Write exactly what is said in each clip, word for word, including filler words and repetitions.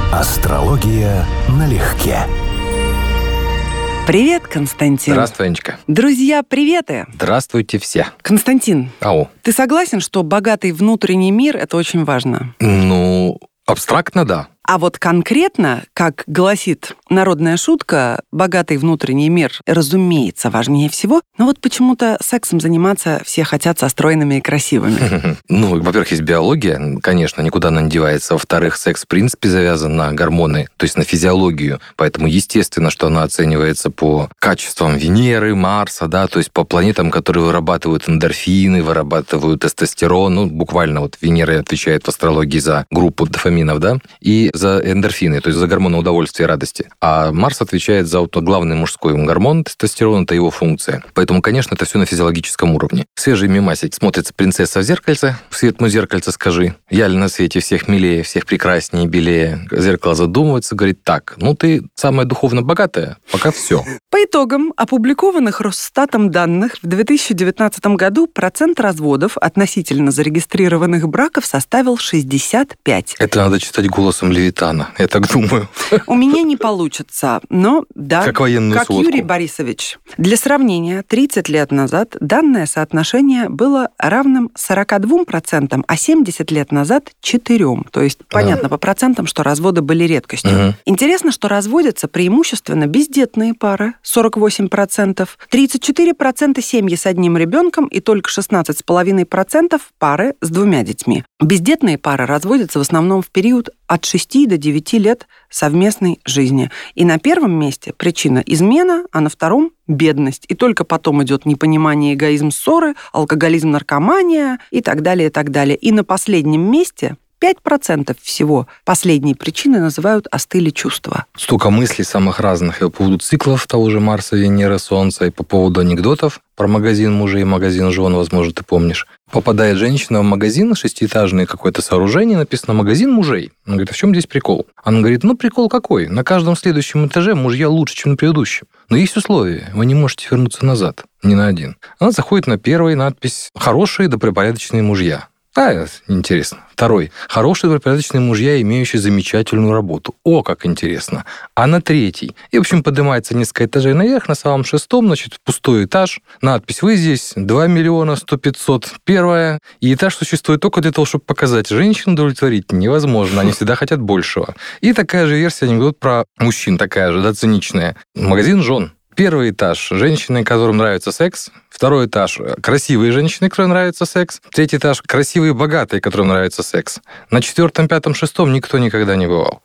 Астрология налегке. Привет, Константин. Здравствуй, Анечка. Друзья, приветы. Здравствуйте все. Константин, Ау. Ты согласен, что богатый внутренний мир – это очень важно? Ну, абстрактно, да. А вот конкретно, как гласит народная шутка, богатый внутренний мир, разумеется, важнее всего. Но вот почему-то сексом заниматься все хотят со стройными и красивыми. Ну, во-первых, есть биология, конечно, никуда она не девается. Во-вторых, секс, в принципе, завязан на гормоны, то есть на физиологию. Поэтому, естественно, что она оценивается по качествам Венеры, Марса, да, то есть по планетам, которые вырабатывают эндорфины, вырабатывают тестостерон. Ну, буквально вот Венера отвечает в астрологии за группу дофаминов, да, и за эндорфины, то есть за гормоны удовольствия и радости. А Марс отвечает за вот главный мужской гормон, тестостерон, это его функция. Поэтому, конечно, это все на физиологическом уровне. Свежий мемасик. Смотрится принцесса в зеркальце. В свет мой зеркальце скажи. Я ли на свете всех милее, всех прекраснее, белее. Зеркало задумывается, говорит, так, ну ты самая духовно богатая, пока все. По итогам опубликованных Росстатом данных в две тысячи девятнадцатом году процент разводов относительно зарегистрированных браков составил шестьдесят пять. Это надо читать голосом Левитана, я так думаю. У меня не получится, но да, как военную как сводку. Юрий Борисович. Для сравнения, тридцать лет назад данное соотношение было равным сорок два процента, а семьдесят лет назад – четырем. То есть понятно а. по процентам, что разводы были редкостью. Угу. Интересно, что разводятся преимущественно бездетные пары – сорок восемь процентов, тридцать четыре процента семьи с одним ребенком и только шестнадцать целых пять десятых процента пары с двумя детьми. Бездетные пары разводятся в основном в период от шести до девяти лет совместной жизни. И на первом месте причина измена, а на втором – бедность. И только потом идет непонимание, эгоизм, ссоры, алкоголизм, наркомания и так далее, и так далее. И на последнем месте пять процентов всего последней причиной называют остыли чувства. Столько мыслей самых разных и по поводу циклов того же Марса, Венеры, Солнца, и по поводу анекдотов про магазин мужей и магазин жен, возможно, ты помнишь. Попадает женщина в магазин, шестиэтажное какое-то сооружение, написано «магазин мужей». Она говорит, а в чем здесь прикол? Она говорит, ну, прикол какой? На каждом следующем этаже мужья лучше, чем на предыдущем. Но есть условия, вы не можете вернуться назад, ни на один. Она заходит на первый, надпись «хорошие добропорядочные мужья». А, интересно. Второй. Хорошие добропорядочные мужья, имеющие замечательную работу. О, как интересно. А на третий. И, в общем, поднимается несколько этажей наверх, на самом шестом, значит, пустой этаж. Надпись «Вы здесь два миллиона сто пятьсот». Первая. И этаж существует только для того, чтобы показать, женщин удовлетворить невозможно. Они всегда хотят большего. И такая же версия анекдот про мужчин, такая же, да, циничная. Магазин жен. Первый этаж – женщины, которым нравится секс. Второй этаж – красивые женщины, которым нравится секс. Третий этаж – красивые, богатые, которым нравится секс. На четвертом, пятом, шестом никто никогда не бывал.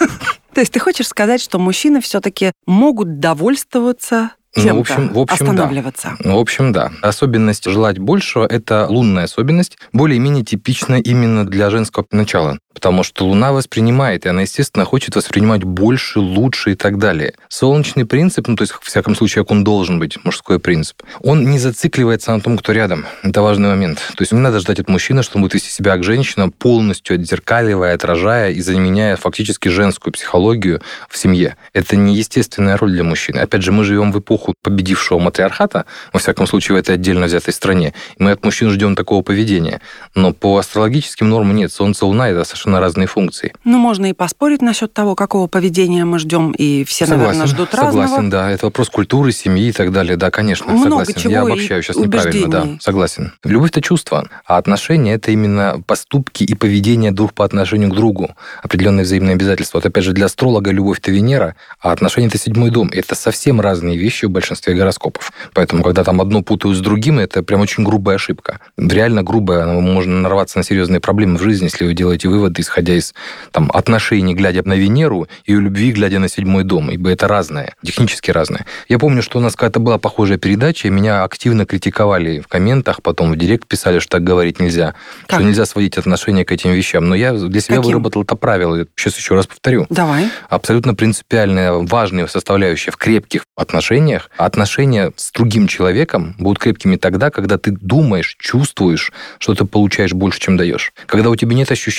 То есть ты хочешь сказать, что мужчины все-таки могут довольствоваться чем-то, ну, в общем, в общем, останавливаться? Да. В общем, да. Особенность желать большего – это лунная особенность, более-менее типичная именно для женского начала. Потому что Луна воспринимает, и она, естественно, хочет воспринимать больше, лучше и так далее. Солнечный принцип, ну, то есть, в всяком случае, как он должен быть, мужской принцип, он не зацикливается на том, кто рядом. Это важный момент. То есть не надо ждать от мужчины, что он будет вести себя как женщина, полностью отзеркаливая, отражая и заменяя фактически женскую психологию в семье. Это не естественная роль для мужчины. Опять же, мы живем в эпоху победившего матриархата, во всяком случае, в этой отдельно взятой стране. И мы от мужчин ждем такого поведения. Но по астрологическим нормам нет. Солнце, Луна – это совершенно на разные функции. Ну, можно и поспорить насчет того, какого поведения мы ждем, и все, согласен, наверное, ждут согласен, разного. Согласен, да. Это вопрос культуры, семьи и так далее. Да, конечно, Много согласен. чего. Я обобщаю сейчас неправильно, да, согласен. Любовь – это чувство, а отношения – это именно поступки и поведение друг по отношению к другу. Определенные взаимные обязательства. Вот опять же, для астролога любовь – это Венера, а отношения – это седьмой дом. Это совсем разные вещи в большинстве гороскопов. Поэтому, когда там одно путают с другим, это прям очень грубая ошибка. Реально грубая, можно нарваться на серьезные проблемы в жизни, если вы делаете выводы, исходя из там, отношений, глядя на Венеру, и у любви, глядя на седьмой дом, ибо это разное, технически разное. Я помню, что у нас когда-то была похожая передача, и меня активно критиковали в комментах, потом в директ писали, что так говорить нельзя, как? Что нельзя сводить отношения к этим вещам. Но я для себя Каким? выработал это правило. Сейчас еще раз повторю. Давай. Абсолютно принципиальная, важная составляющая в крепких отношениях. Отношения с другим человеком будут крепкими тогда, когда ты думаешь, чувствуешь, что ты получаешь больше, чем даешь. Когда у тебя нет ощущения, что твоя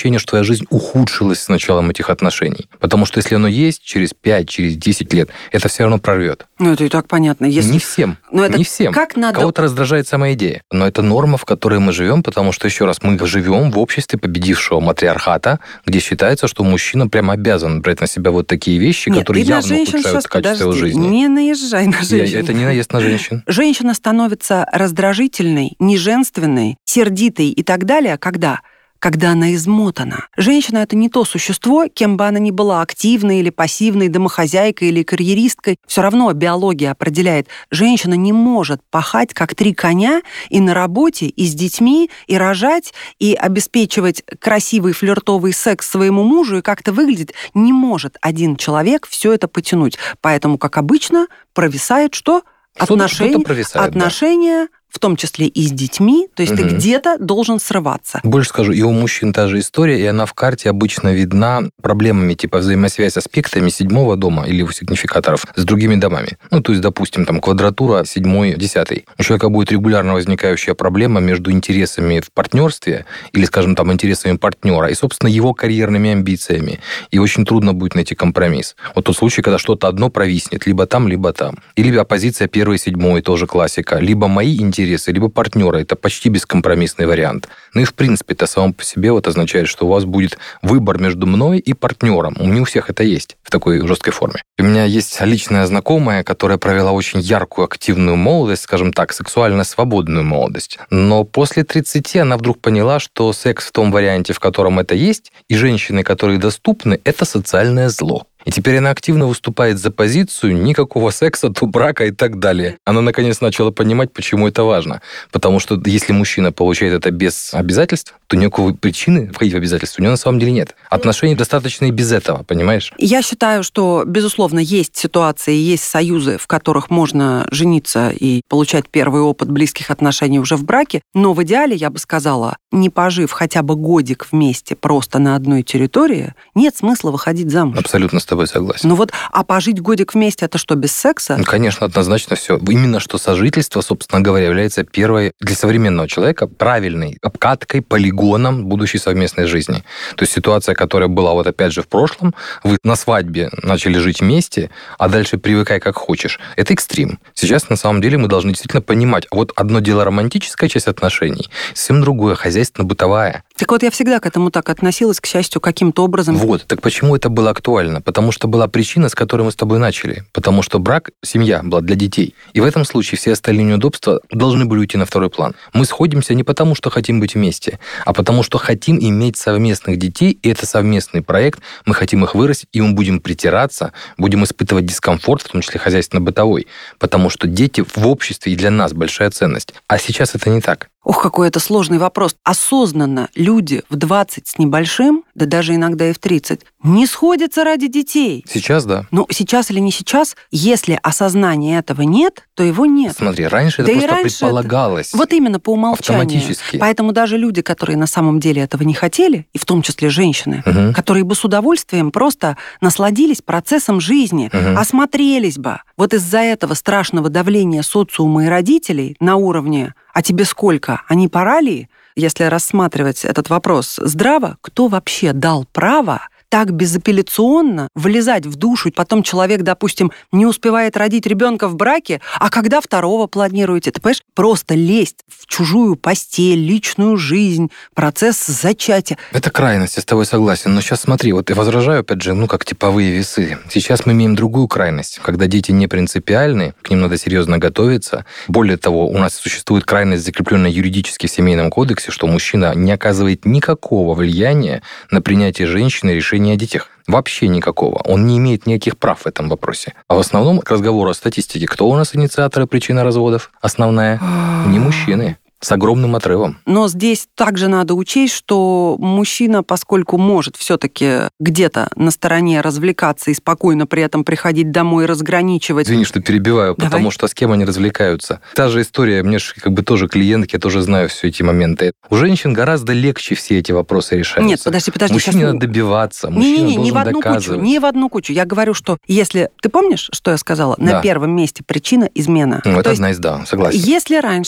жизнь ухудшилась с началом этих отношений. Потому что если оно есть, через пять, через десять лет, это все равно прорвет. Ну, это и так понятно. Если... Не всем. Но это не всем. Как надо... Кого-то раздражает сама идея. Но это норма, в которой мы живем, потому что, еще раз, мы живем в обществе победившего матриархата, где считается, что мужчина прямо обязан брать на себя вот такие вещи, Нет, которые явно ухудшают сейчас, качество его подожди, жизни. Не наезжай на женщин. Я, это не наезд на женщин. Женщина становится раздражительной, неженственной, сердитой и так далее, когда... когда она измотана. Женщина — это не то существо, кем бы она ни была, активной или пассивной, домохозяйкой или карьеристкой. Все равно биология определяет, женщина не может пахать, как три коня, и на работе, и с детьми, и рожать, и обеспечивать красивый флиртовый секс своему мужу, и как-то выглядит. Не может один человек все это потянуть. Поэтому, как обычно, провисает что? Что-то, Отношения, что-то провисает, отношения да. в том числе и с детьми, то есть угу. ты где-то должен срываться. Больше скажу, и у мужчин та же история, и она в карте обычно видна проблемами типа взаимосвязь с аспектами седьмого дома или у сигнификаторов с другими домами. Ну, то есть, допустим, там квадратура седьмой, десятый. У человека будет регулярно возникающая проблема между интересами в партнерстве или, скажем, там, интересами партнера и, собственно, его карьерными амбициями. И очень трудно будет найти компромисс. Вот тот случай, когда что-то одно провиснет, либо там, либо там. Или оппозиция первый и седьмой, тоже классика. Либо мои интересы, интересы, либо партнера. Это почти бескомпромиссный вариант. Ну и, в принципе, это само по себе вот означает, что у вас будет выбор между мной и партнером. Не у всех это есть в такой жесткой форме. У меня есть личная знакомая, которая провела очень яркую, активную молодость, скажем так, сексуально свободную молодость. Но после тридцати она вдруг поняла, что секс в том варианте, в котором это есть, и женщины, которые доступны, это социальное зло. И теперь она активно выступает за позицию никакого секса, до брака и так далее. Она, наконец, начала понимать, почему это важно. Потому что если мужчина получает это без обязательств, то никакой причины входить в обязательства у него на самом деле нет. Отношений достаточно и без этого, понимаешь? Я считаю, что, безусловно, есть ситуации, есть союзы, в которых можно жениться и получать первый опыт близких отношений уже в браке. Но в идеале, я бы сказала, не пожив хотя бы годик вместе просто на одной территории, нет смысла выходить замуж. Абсолютно с тобой согласен. Ну вот, а пожить годик вместе, это что, без секса? Ну, конечно, однозначно все. Именно что сожительство, собственно говоря, является первой для современного человека правильной обкаткой, полигоном будущей совместной жизни. То есть ситуация, которая была вот опять же в прошлом, вы на свадьбе начали жить вместе, а дальше привыкай как хочешь. Это экстрим. Сейчас на самом деле мы должны действительно понимать, а вот одно дело романтическая часть отношений, совсем другое хозяйственно-бытовая. Так вот, я всегда к этому так относилась, к счастью, каким-то образом. Вот, так почему это было актуально? Потому что была причина, с которой мы с тобой начали. Потому что брак, семья была для детей. И в этом случае все остальные неудобства должны были уйти на второй план. Мы сходимся не потому, что хотим быть вместе, а потому что хотим иметь совместных детей, и это совместный проект, мы хотим их вырастить, и мы будем притираться, будем испытывать дискомфорт, в том числе хозяйственно-бытовой, потому что дети в обществе и для нас большая ценность. А сейчас это не так. Ох, какой это сложный вопрос. Осознанно люди в двадцать с небольшим, да даже иногда и в тридцать, не сходятся ради детей. Сейчас, да. Ну, сейчас или не сейчас, если осознания этого нет, то его нет. Смотри, раньше да это просто раньше предполагалось. Это... Вот именно по умолчанию. Автоматически. Поэтому даже люди, которые на самом деле этого не хотели, и в том числе женщины, угу. которые бы с удовольствием просто насладились процессом жизни, угу. осмотрелись бы. Вот из-за этого страшного давления социума и родителей на уровне «а тебе сколько? А не пора ли?» Если рассматривать этот вопрос здраво, кто вообще дал право так безапелляционно влезать в душу, потом человек, допустим, не успевает родить ребенка в браке, а когда второго планируете? Ты понимаешь, просто лезть в чужую постель, личную жизнь, процесс зачатия. Это крайность, я с тобой согласен. Но сейчас смотри, вот я возражаю, опять же, ну, как типовые весы. Сейчас мы имеем другую крайность, когда дети не принципиальны, к ним надо серьезно готовиться. Более того, у нас существует крайность, закрепленная юридически в Семейном кодексе, что мужчина не оказывает никакого влияния на принятие женщины решения о детях. Вообще никакого. Он не имеет никаких прав в этом вопросе. А в основном, к разговору о статистике, кто у нас инициаторы причины разводов? Основная – не мужчины. С огромным отрывом. Но здесь также надо учесть, что мужчина, поскольку может все-таки где-то на стороне развлекаться и спокойно при этом приходить домой и разграничивать... Извини, что перебиваю, Давай. Потому что с кем они развлекаются? Та же история, мне же как бы тоже клиентки, я тоже знаю все эти моменты. У женщин гораздо легче все эти вопросы решаются. Нет, подожди, подожди. Мужчине сейчас... надо добиваться, мужчина не, не, не, должен не в одну доказывать. Кучу, не в одну кучу. Я говорю, что если... Ты помнишь, что я сказала? Да. На первом месте причина измена. Ну, это То одна из, да, согласен. Если раньше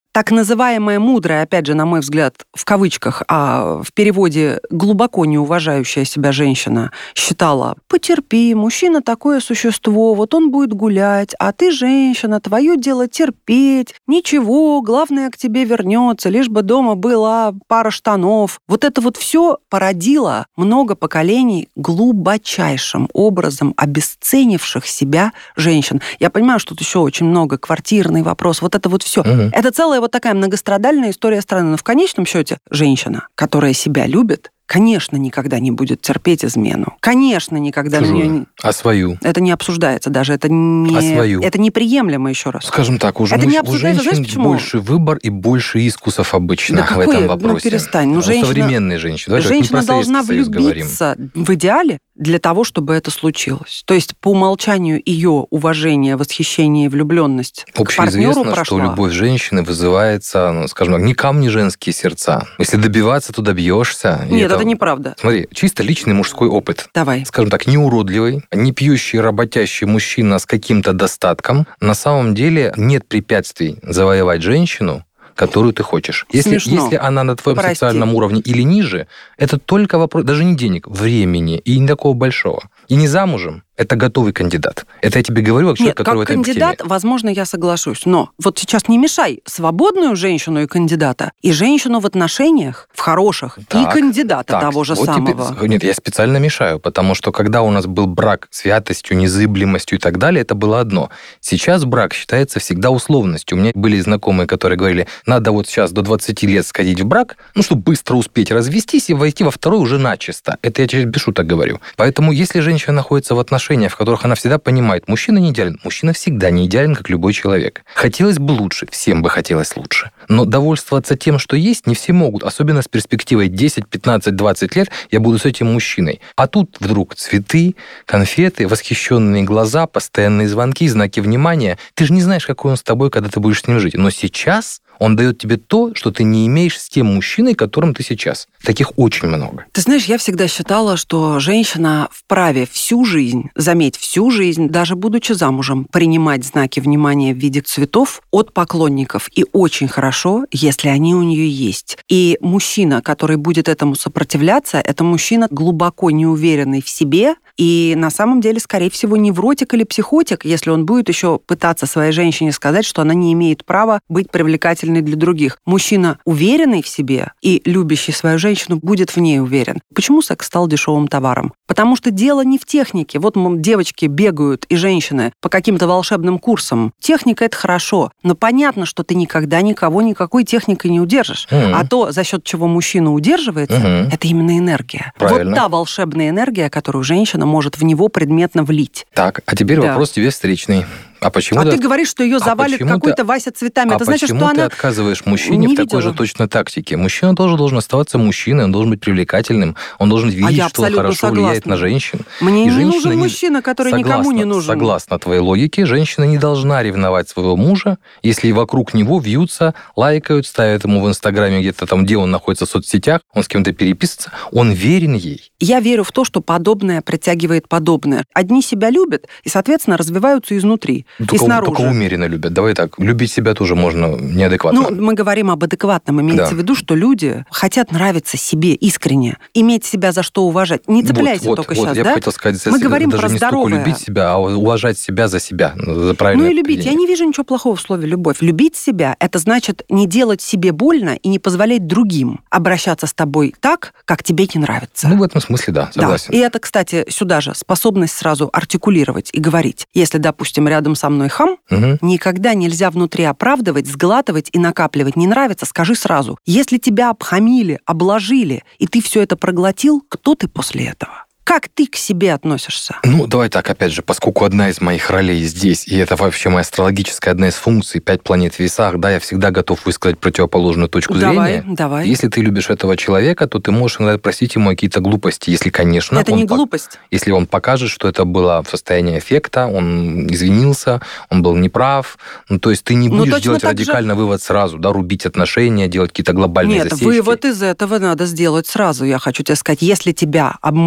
так называемая мудрая, опять же, на мой взгляд, в кавычках, а в переводе глубоко не уважающая себя женщина считала: потерпи, мужчина такое существо, вот он будет гулять, а ты женщина, твое дело терпеть, ничего, главное к тебе вернется, лишь бы дома была пара штанов. Вот это вот все породило много поколений глубочайшим образом обесценивших себя женщин. Я понимаю, что тут еще очень много квартирный вопрос, вот это вот все. Угу. Это целая вот такая многострадальная история страны. Но в конечном счете женщина, которая себя любит, конечно, никогда не будет терпеть измену. Конечно, никогда Чужую. на нее... А свою? Это не обсуждается даже. Это не... А свою? Это неприемлемо, еще раз. Скажем так, уже это муж... не у обсуждается, женщин знаешь, почему? больше выбор и больше искусов обычно да в какое? этом вопросе. Ну, перестань. Ну, женщина... современные женщины. Давайте женщина вот не должна говорим. влюбиться в идеале для того, чтобы это случилось. То есть по умолчанию ее уважение, восхищение и влюбленность к партнеру прошла. Общеизвестно, что любовь женщины вызывается, ну, скажем так, не камни женские сердца. Если добиваться, то добьешься. Нет, это... это неправда. Смотри, чисто личный мужской опыт. Давай. Скажем так, не уродливый, не пьющий, работящий мужчина с каким-то достатком. На самом деле нет препятствий завоевать женщину, которую ты хочешь. Если, если она на твоем Прости. социальном уровне или ниже, это только вопрос, даже не денег, времени и не такого большого. И не замужем. Это готовый кандидат. Это я тебе говорю, как человек, Нет, который в как этой кандидат, теме. возможно, я соглашусь. Но вот сейчас не мешай свободную женщину и кандидата, и женщину в отношениях, в хороших, так, и кандидата так, того же вот самого. Теперь, нет, я специально мешаю, потому что когда у нас был брак святостью, незыблемостью и так далее, это было одно. Сейчас брак считается всегда условностью. У меня были знакомые, которые говорили, надо вот сейчас до двадцати лет сходить в брак, ну, чтобы быстро успеть развестись и войти во второй уже начисто. Это я через без шуток говорю. Поэтому если женщина находится в отношениях, в которых она всегда понимает, мужчина не идеален. Мужчина всегда не идеален, как любой человек. Хотелось бы лучше, всем бы хотелось лучше. Но довольствоваться тем, что есть, не все могут. Особенно с перспективой десять, пятнадцать, двадцать лет я буду с этим мужчиной. А тут вдруг цветы, конфеты, восхищенные глаза, постоянные звонки, знаки внимания. Ты же не знаешь, какой он с тобой, когда ты будешь с ним жить. Но сейчас он дает тебе то, что ты не имеешь с тем мужчиной, которым ты сейчас. Таких очень много. Ты знаешь, я всегда считала, что женщина вправе всю жизнь, заметь, всю жизнь, даже будучи замужем, принимать знаки внимания в виде цветов от поклонников. И очень хорошо, если они у нее есть. И мужчина, который будет этому сопротивляться, это мужчина глубоко неуверенный в себе, и на самом деле, скорее всего, невротик или психотик, если он будет еще пытаться своей женщине сказать, что она не имеет права быть привлекательной для других. Мужчина, уверенный в себе и любящий свою женщину, будет в ней уверен. Почему секс стал дешевым товаром? Потому что дело не в технике. Вот девочки бегают и женщины по каким-то волшебным курсам. Техника — это хорошо, но понятно, что ты никогда никого никакой техникой не удержишь. Mm-hmm. А то, за счет чего мужчина удерживается, mm-hmm. это именно энергия. Правильно. Вот та волшебная энергия, которую женщина может в него предметно влить. Так, а теперь да. вопрос тебе встречный. А почему а ты... ты говоришь, что ее завалит а какой-то ты... Вася цветами. А это значит, почему что ты она... отказываешь мужчине в такой же точно тактике? Мужчина тоже должен оставаться мужчиной, он должен быть привлекательным, он должен видеть, а что он хорошо согласна. влияет на женщин. Мне и не нужен не... мужчина, который согласно, никому не нужен. Согласно твоей логике, женщина не должна ревновать своего мужа, если вокруг него вьются, лайкают, ставят ему в Инстаграме где-то там, где он находится в соцсетях, он с кем-то переписывается, он верен ей. Я верю в то, что подобное притягивает подобное. Одни себя любят и, соответственно, развиваются изнутри только, и снаружи. Только умеренно любят. Давай так, любить себя тоже можно неадекватно. Ну, мы говорим об адекватном. Имеется да. в виду, что люди хотят нравиться себе искренне, иметь себя за что уважать. Не цепляйся вот, только вот, сейчас, я да? хотел сказать, мы говорим даже про не здоровое. столько любить себя, а уважать себя за себя, за правильное Ну и любить. поведение. Я не вижу ничего плохого в слове «любовь». Любить себя — это значит не делать себе больно и не позволять другим обращаться с тобой так, как тебе не нравится. Ну, в этом смысле, да, согласен. Да. И это, кстати, сюда же способность сразу артикулировать и говорить. Если, допустим, рядом со мной хам, угу. никогда нельзя внутри оправдывать, сглатывать и накапливать. Не нравится, скажи сразу. Если тебя обхамили, обложили, и ты все это проглотил, кто ты после этого? Как ты к себе относишься? Ну, давай так, опять же, поскольку одна из моих ролей здесь, и это вообще моя астрологическая одна из функций, пять планет в весах, да, я всегда готов высказать противоположную точку давай, зрения. Давай, Если ты любишь этого человека, то ты можешь иногда простить ему какие-то глупости. Если, конечно... Это не глупость. Пок... Если он покажет, что это было в состоянии эффекта, он извинился, он был неправ, ну, то есть ты не будешь ну, делать радикально же... вывод сразу, да, рубить отношения, делать какие-то глобальные Нет, засечки. вывод из этого надо сделать сразу, я хочу тебе сказать. Если тебя обматерили,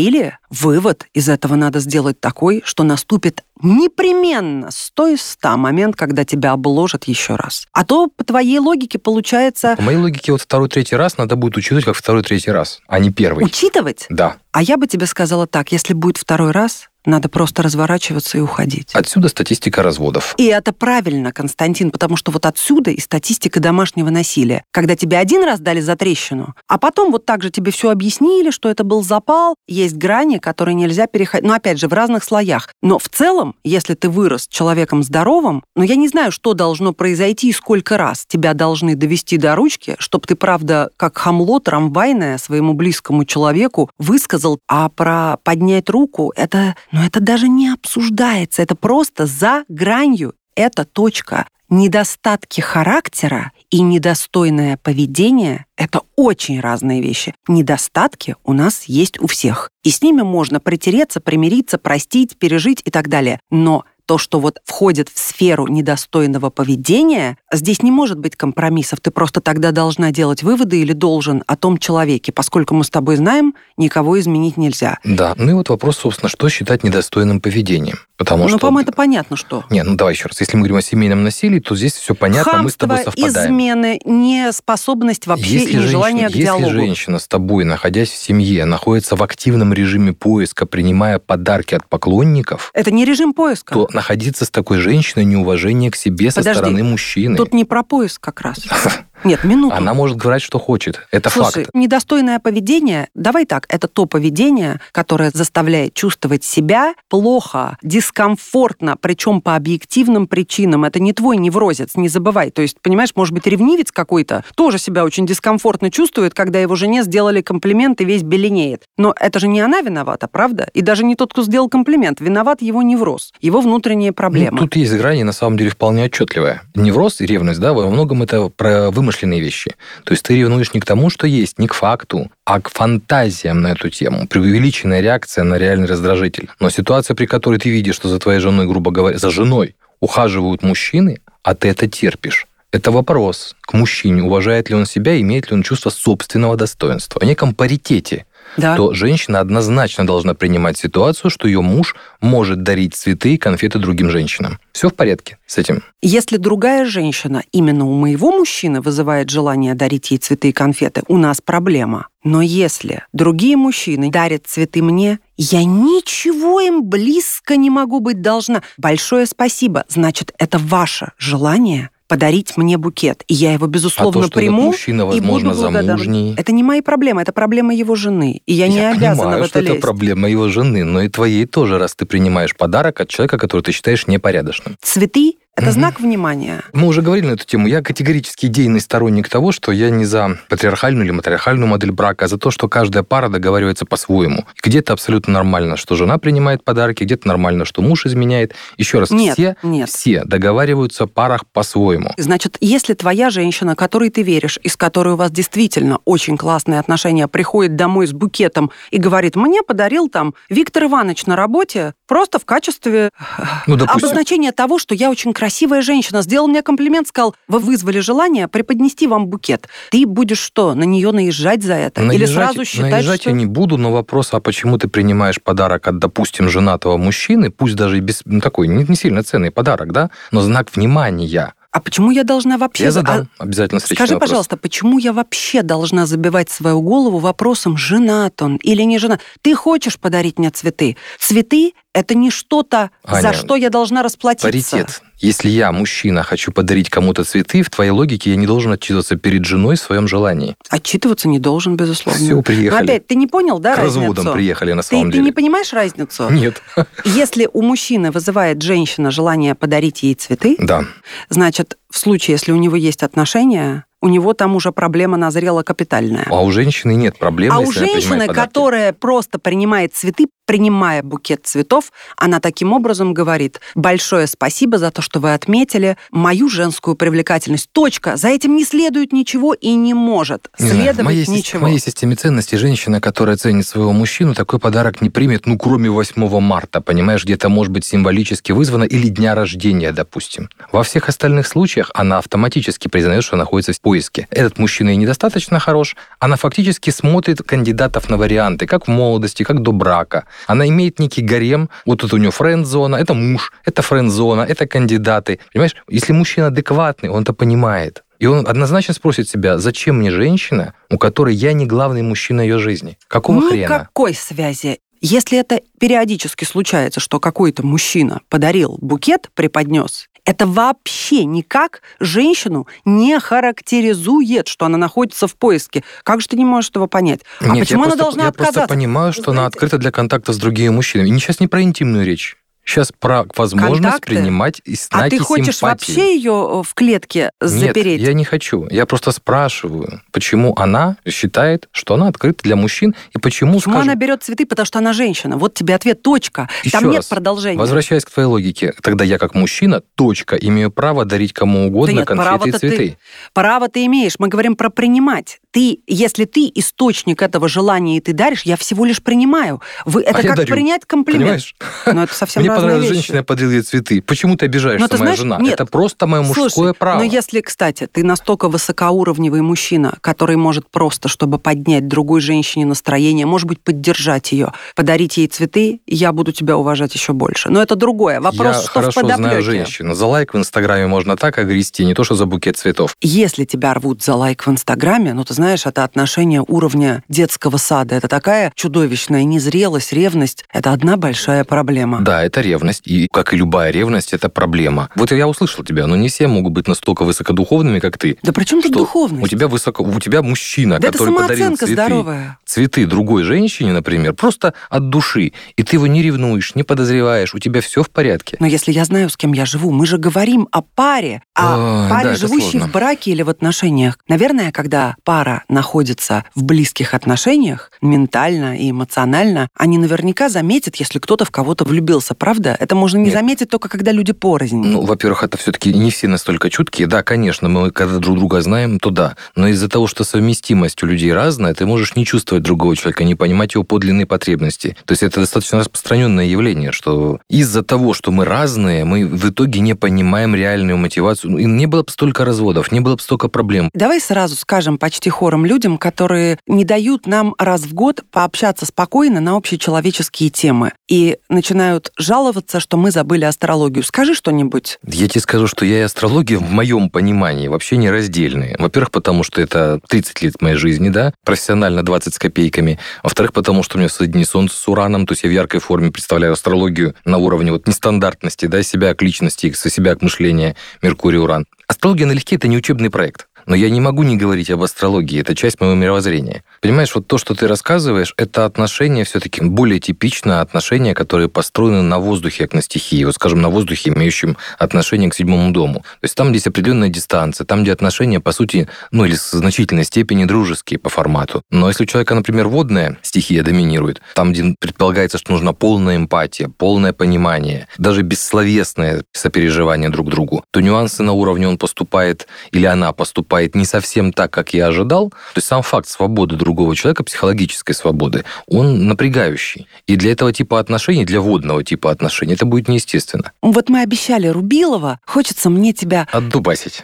насилие, вывод из этого надо сделать такой, что наступит непременно сто из ста момент, когда тебя обложат еще раз. А то по твоей логике получается... По моей логике, вот второй-третий раз надо будет учитывать как второй-третий раз, а не первый. Учитывать? Да. А я бы тебе сказала так, если будет второй раз, надо просто разворачиваться и уходить. Отсюда статистика разводов. И это правильно, Константин, потому что вот отсюда и статистика домашнего насилия. Когда тебе один раз дали затрещину, а потом вот так же тебе все объяснили, что это был запал, есть грани, которые нельзя переходить, ну, опять же, в разных слоях. Но в целом, если ты вырос человеком здоровым, ну, я не знаю, что должно произойти и сколько раз тебя должны довести до ручки, чтобы ты, правда, как хамло трамвайное своему близкому человеку высказал, а про поднять руку, это... Но это даже не обсуждается, это просто за гранью. Это точка. Недостатки характера и недостойное поведение – это очень разные вещи. Недостатки у нас есть у всех. И с ними можно притереться, примириться, простить, пережить и так далее. Но то, что вот входит в сферу недостойного поведения, здесь не может быть компромиссов. Ты просто тогда должна делать выводы или должен о том человеке, поскольку мы с тобой знаем, никого изменить нельзя. Да. Ну и вот вопрос, собственно, что считать недостойным поведением? Потому ну, что... по-моему, это понятно, что. Не, ну давай еще раз. Если мы говорим о семейном насилии, то здесь все понятно, Хамство, мы с тобой совпадаем. измены, неспособность вообще если и нежелание женщина, к диалогу. Если женщина с тобой, находясь в семье, находится в активном режиме поиска, принимая подарки от поклонников... Это не режим поиска. То находиться с такой женщиной неуважение к себе со Подожди, стороны мужчины. Тут не про поиск как раз. Нет, минуту. Она может говорить, что хочет. Это Слушай, факт. недостойное поведение, давай так, это то поведение, которое заставляет чувствовать себя плохо, дискомфортно, причем по объективным причинам. Это не твой неврозец, не забывай. То есть, понимаешь, может быть, ревнивец какой-то тоже себя очень дискомфортно чувствует, когда его жене сделали комплимент и весь беленеет. Но это же не она виновата, правда? И даже не тот, кто сделал комплимент. Виноват его невроз, его внутренние проблемы. Ну, тут есть грани, на самом деле, вполне отчетливая. Невроз и ревность, да, во многом это про вымышленные вещи. То есть ты ревнуешь не к тому, что есть, не к факту, а к фантазиям на эту тему. Преувеличенная реакция на реальный раздражитель. Но ситуация, при которой ты видишь, что за твоей женой, грубо говоря, за женой ухаживают мужчины, а ты это терпишь. Это вопрос к мужчине, уважает ли он себя, имеет ли он чувство собственного достоинства, о неком паритете. Да. То женщина однозначно должна принимать ситуацию, что ее муж может дарить цветы и конфеты другим женщинам. Все в порядке с этим. Если другая женщина именно у моего мужчины вызывает желание дарить ей цветы и конфеты, у нас проблема. Но если другие мужчины дарят цветы мне, я ничего им близко не могу быть должна. Большое спасибо. Значит, это ваше желание подарить мне букет. И я его, безусловно, а то, что приму. Мужчина, возможно, и буду замужний. Это не мои проблемы, это проблема его жены. И я, я не обязана понимаю, в это что лезть. Это проблема его жены, но и твоей тоже, раз ты принимаешь подарок от человека, который ты считаешь непорядочным. Цветы — это угу. знак внимания. Мы уже говорили на эту тему. Я категорически идейный сторонник того, что я не за патриархальную или матриархальную модель брака, а за то, что каждая пара договаривается по-своему. Где-то абсолютно нормально, что жена принимает подарки, где-то нормально, что муж изменяет. Еще раз, нет, все, нет. все договариваются в парах по-своему. Значит, если твоя женщина, которой ты веришь, и с которой у вас действительно очень классные отношения, приходит домой с букетом и говорит, мне подарил там Виктор Иванович на работе просто в качестве ну, обозначения того, что я очень красивая женщина, сделал мне комплимент, сказал, вы вызвали желание преподнести вам букет. Ты будешь что, на нее наезжать за это? Наезжать, Или сразу считать, наезжать что... я не буду, но вопрос, а почему ты принимаешь подарок от, допустим, женатого мужчины, пусть даже и без, ну, такой не, не сильно ценный подарок, да, но знак внимания. А почему я должна вообще... Я задам а... обязательно встречный Скажи, вопрос. пожалуйста, почему я вообще должна забивать свою голову вопросом, женат он или не женат? Ты хочешь подарить мне цветы? Цветы — это не что-то, Аня, за что я должна расплатиться. Паритет. Если я, мужчина, хочу подарить кому-то цветы, в твоей логике я не должен отчитываться перед женой в своем желании. Отчитываться не должен, безусловно. Все, приехали. Но опять, ты не понял, да, К разницу? разводам приехали, на самом ты, деле. Ты не понимаешь разницу? Нет. Если у мужчины вызывает женщина желание подарить ей цветы, да. значит, в случае, если у него есть отношения, у него там уже проблема назрела капитальная. А у женщины нет проблемы, А если у женщины, она которая просто принимает цветы, принимая букет цветов, она таким образом говорит: большое спасибо за то, что вы отметили мою женскую привлекательность. Точка. За этим не следует ничего и не может не следовать знаю, в моей, ничего. В моей системе ценностей женщина, которая ценит своего мужчину, такой подарок не примет, ну, кроме восьмого марта, понимаешь, где-то, может быть, символически вызвано, или дня рождения, допустим. Во всех остальных случаях она автоматически признает, что находится в поиске. Этот мужчина и недостаточно хорош, она фактически смотрит кандидатов на варианты, как в молодости, как до брака. Она имеет некий гарем, вот тут у нее френд-зона, это муж, это френд-зона, это кандидаты. Понимаешь, если мужчина адекватный, он это понимает. И он однозначно спросит себя, зачем мне женщина, у которой я не главный мужчина ее жизни? Какого хрена? Никакой связи. Если это периодически случается, что какой-то мужчина подарил букет, преподнес, это вообще никак женщину не характеризует, что она находится в поиске. Как же ты не можешь этого понять? А Нет, почему я она просто, должна я отказаться? Я просто понимаю, что Знаете? Она открыта для контакта с другими мужчинами. И сейчас не про интимную речь. Сейчас про возможность Контакты? принимать и знаки А ты хочешь симпатии. Вообще ее в клетке запереть? Нет, я не хочу. Я просто спрашиваю, почему она считает, что она открыта для мужчин, и почему, Почему скажем... она берет цветы? Потому что она женщина. Вот тебе ответ, точка. Еще Там нет раз, продолжения. Возвращаясь к твоей логике, тогда я как мужчина, точка, имею право дарить кому угодно да нет, конфеты и цветы. Ты, право ты имеешь. Мы говорим про принимать. Ты, если ты источник этого желания, и ты даришь, я всего лишь принимаю. Вы, это а как принять комплимент. Понимаешь? Но это совсем Мне разные понравилась вещи. женщина, я подарил ей цветы. Почему ты обижаешься, ты моя знаешь, жена? Нет. Это просто мое мужское Слушай, право. Но если, кстати, ты настолько высокоуровневый мужчина, который может просто, чтобы поднять другой женщине настроение, может быть, поддержать ее, подарить ей цветы, я буду тебя уважать еще больше. Но это другое. Вопрос, я что хорошо в подоплеке. знаю женщину. За лайк в Инстаграме можно так огрести, не то что за букет цветов. Если тебя рвут за лайк в Инстаграме, ну, ты знаешь, это отношение уровня детского сада. Это такая чудовищная незрелость, ревность. Это одна большая проблема. Да, это ревность. И, как и любая ревность, это проблема. Вот я услышал тебя, но не все могут быть настолько высокодуховными, как ты. Да при чем тут духовность? У тебя, высоко... у тебя мужчина, да который подарил цветы, здоровая. цветы другой женщине, например, просто от души, и ты его не ревнуешь, не подозреваешь, у тебя все в порядке. Но если я знаю, с кем я живу, мы же говорим о паре, о Ой, паре, да, живущей в браке или в отношениях. Наверное, когда пара находится в близких отношениях, ментально и эмоционально, они наверняка заметят, если кто-то в кого-то влюбился, правда? Это можно не Нет. заметить только когда люди порознь. Ну, во-первых, это все-таки не все настолько чуткие. Да, конечно, мы когда друг друга знаем, то да. Но из-за того, что совместимость у людей разная, ты можешь не чувствовать другого человека, не понимать его подлинные потребности. То есть это достаточно распространенное явление, что из-за того, что мы разные, мы в итоге не понимаем реальную мотивацию. И не было бы столько разводов, не было бы столько проблем. Давай сразу скажем почти хором людям, которые не дают нам раз в год пообщаться спокойно на общечеловеческие темы и начинают жаловаться, что мы забыли астрологию. Скажи что-нибудь. Я тебе скажу, что я и астрология в моем понимании вообще не раздельные. Во-первых, потому что это тридцать лет моей жизни, да, профессионально двадцать с копейками. Во-вторых, потому что у меня соединение Солнца с Ураном, то есть я в яркой форме представляю астрологию на уровне вот нестандартности, да, себя к личности, себя к мышлению, Меркурий-Уран. Астрология налегке – это не учебный проект. Но я не могу не говорить об астрологии, это часть моего мировоззрения. Понимаешь, вот то, что ты рассказываешь, это отношения все-таки более типично отношения, которые построены на воздухе, как на стихии. Вот, скажем, на воздухе, имеющем отношение к седьмому дому. То есть там, где есть определенная дистанция, там, где отношения, по сути, ну или в значительной степени дружеские по формату. Но если у человека, например, водная стихия доминирует, там, где предполагается, что нужна полная эмпатия, полное понимание, даже бессловесное сопереживание друг другу, то нюансы на уровне он поступает или она поступает не совсем так, как я ожидал, то есть сам факт свободы другого человека, психологической свободы, он напрягающий. И для этого типа отношений, для водного типа отношений, это будет неестественно. Вот мы обещали Рубилова, хочется мне тебя... Отдубасить.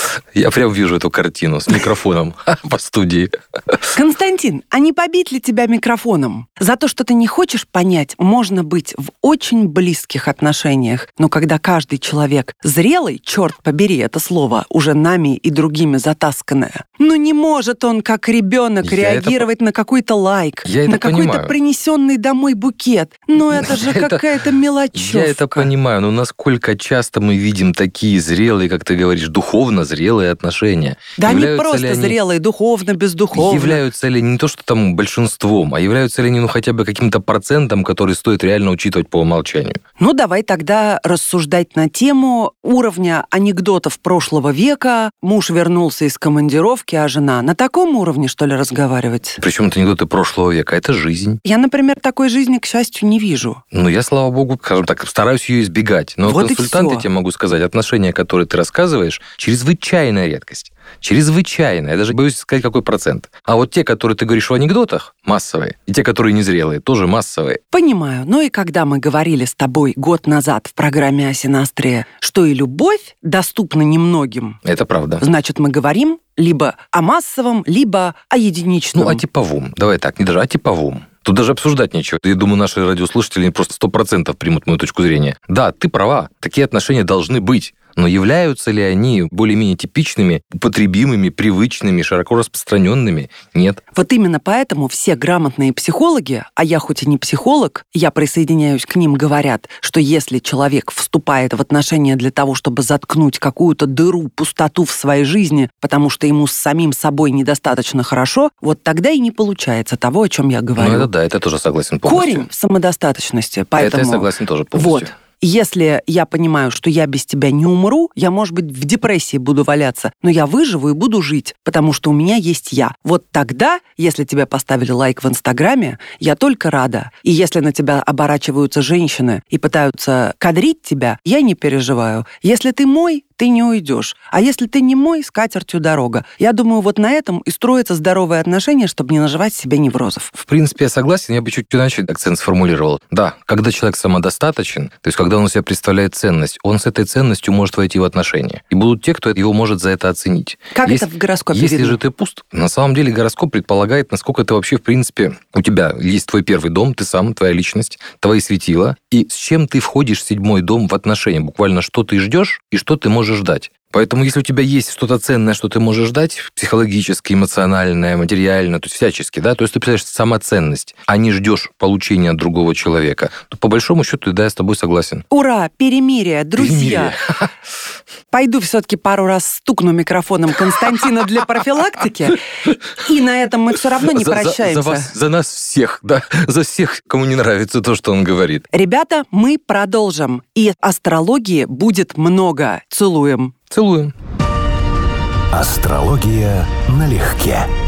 Я прям вижу эту картину с микрофоном по студии. Константин, а не побить ли тебя микрофоном? За то, что ты не хочешь понять, можно быть в очень близких отношениях, но когда каждый человек зрелый, черт побери это слово, уже нами и другими затасканное, ну не может он, как ребенок, я реагировать это... на какой-то лайк, я на какой-то понимаю. принесенный домой букет. Ну это же какая-то мелочевка. Я это понимаю, но насколько часто мы видим такие зрелые, как ты говоришь, духовные, зрелые отношения. Да являются не просто они, зрелые, духовно, бездуховно. Являются ли не то, что там большинством, а являются ли они ну, хотя бы каким-то процентом, который стоит реально учитывать по умолчанию? Ну, давай тогда рассуждать на тему уровня анекдотов прошлого века. Муж вернулся вернулся из командировки, а жена на таком уровне, что ли, разговаривать? Причем это анекдоты прошлого века, это жизнь. Я, например, такой жизни, к счастью, не вижу. Ну, я, слава богу, скажем так, стараюсь ее избегать. Но вот консультант, я тебе могу сказать, отношения, которые ты рассказываешь, чрезвычайная редкость. Чрезвычайно. Я даже боюсь сказать, какой процент. А вот те, которые ты говоришь в анекдотах, массовые, и те, которые незрелые, тоже массовые. Понимаю. Ну и когда мы говорили с тобой год назад в программе «Асинастрия», что и любовь доступна немногим. Это правда. Значит, мы говорим либо о массовом, либо о единичном. Ну, о типовом. Давай так, не даже о типовом. Тут даже обсуждать нечего. Я думаю, наши радиослушатели просто сто процентов примут мою точку зрения. Да, ты права. Такие отношения должны быть. Но являются ли они более-менее типичными, употребимыми, привычными, широко распространенными? Нет. Вот именно поэтому все грамотные психологи, а я хоть и не психолог, я присоединяюсь к ним, говорят, что если человек вступает в отношения для того, чтобы заткнуть какую-то дыру, пустоту в своей жизни, потому что ему с самим собой недостаточно хорошо, вот тогда и не получается того, о чем я говорю. Ну это да, это тоже согласен полностью. Корень в самодостаточности. Поэтому... Это я согласен тоже полностью. Вот. Если я понимаю, что я без тебя не умру, я, может быть, в депрессии буду валяться, но я выживу и буду жить, потому что у меня есть я. Вот тогда, если тебе поставили лайк в Инстаграме, я только рада. И если на тебя оборачиваются женщины и пытаются кадрить тебя, я не переживаю. Если ты мой, ты не уйдешь. А если ты не мой, с катертью дорога. Я думаю, вот на этом и строятся здоровые отношения, чтобы не наживать себе неврозов. В принципе, я согласен, я бы чуть иначе акцент сформулировал. Да, когда человек самодостаточен, то есть когда он у себя представляет ценность, он с этой ценностью может войти в отношения. И будут те, кто его может за это оценить. Как если, это в гороскопе Если видно? же ты пуст, на самом деле гороскоп предполагает, насколько ты вообще, в принципе, у тебя есть твой первый дом, ты сам, твоя личность, твои светила, и с чем ты входишь в седьмой дом в отношения. Буквально, что ты ждешь и что ты можешь ждать. Поэтому, если у тебя есть что-то ценное, что ты можешь ждать, психологически, эмоциональное, материально, то есть всячески, да, то есть ты представляешь самоценность, а не ждешь получения от другого человека, то по большому счету, да, я с тобой согласен. Ура! Перемирие, друзья! Перемирие. Пойду все-таки пару раз стукну микрофоном Константина для профилактики, и на этом мы все равно не за, прощаемся. За, за, вас, за нас всех, да, за всех, кому не нравится то, что он говорит. Ребята, мы продолжим, и астрологии будет много. Целуем. Целуем. Астрология налегке.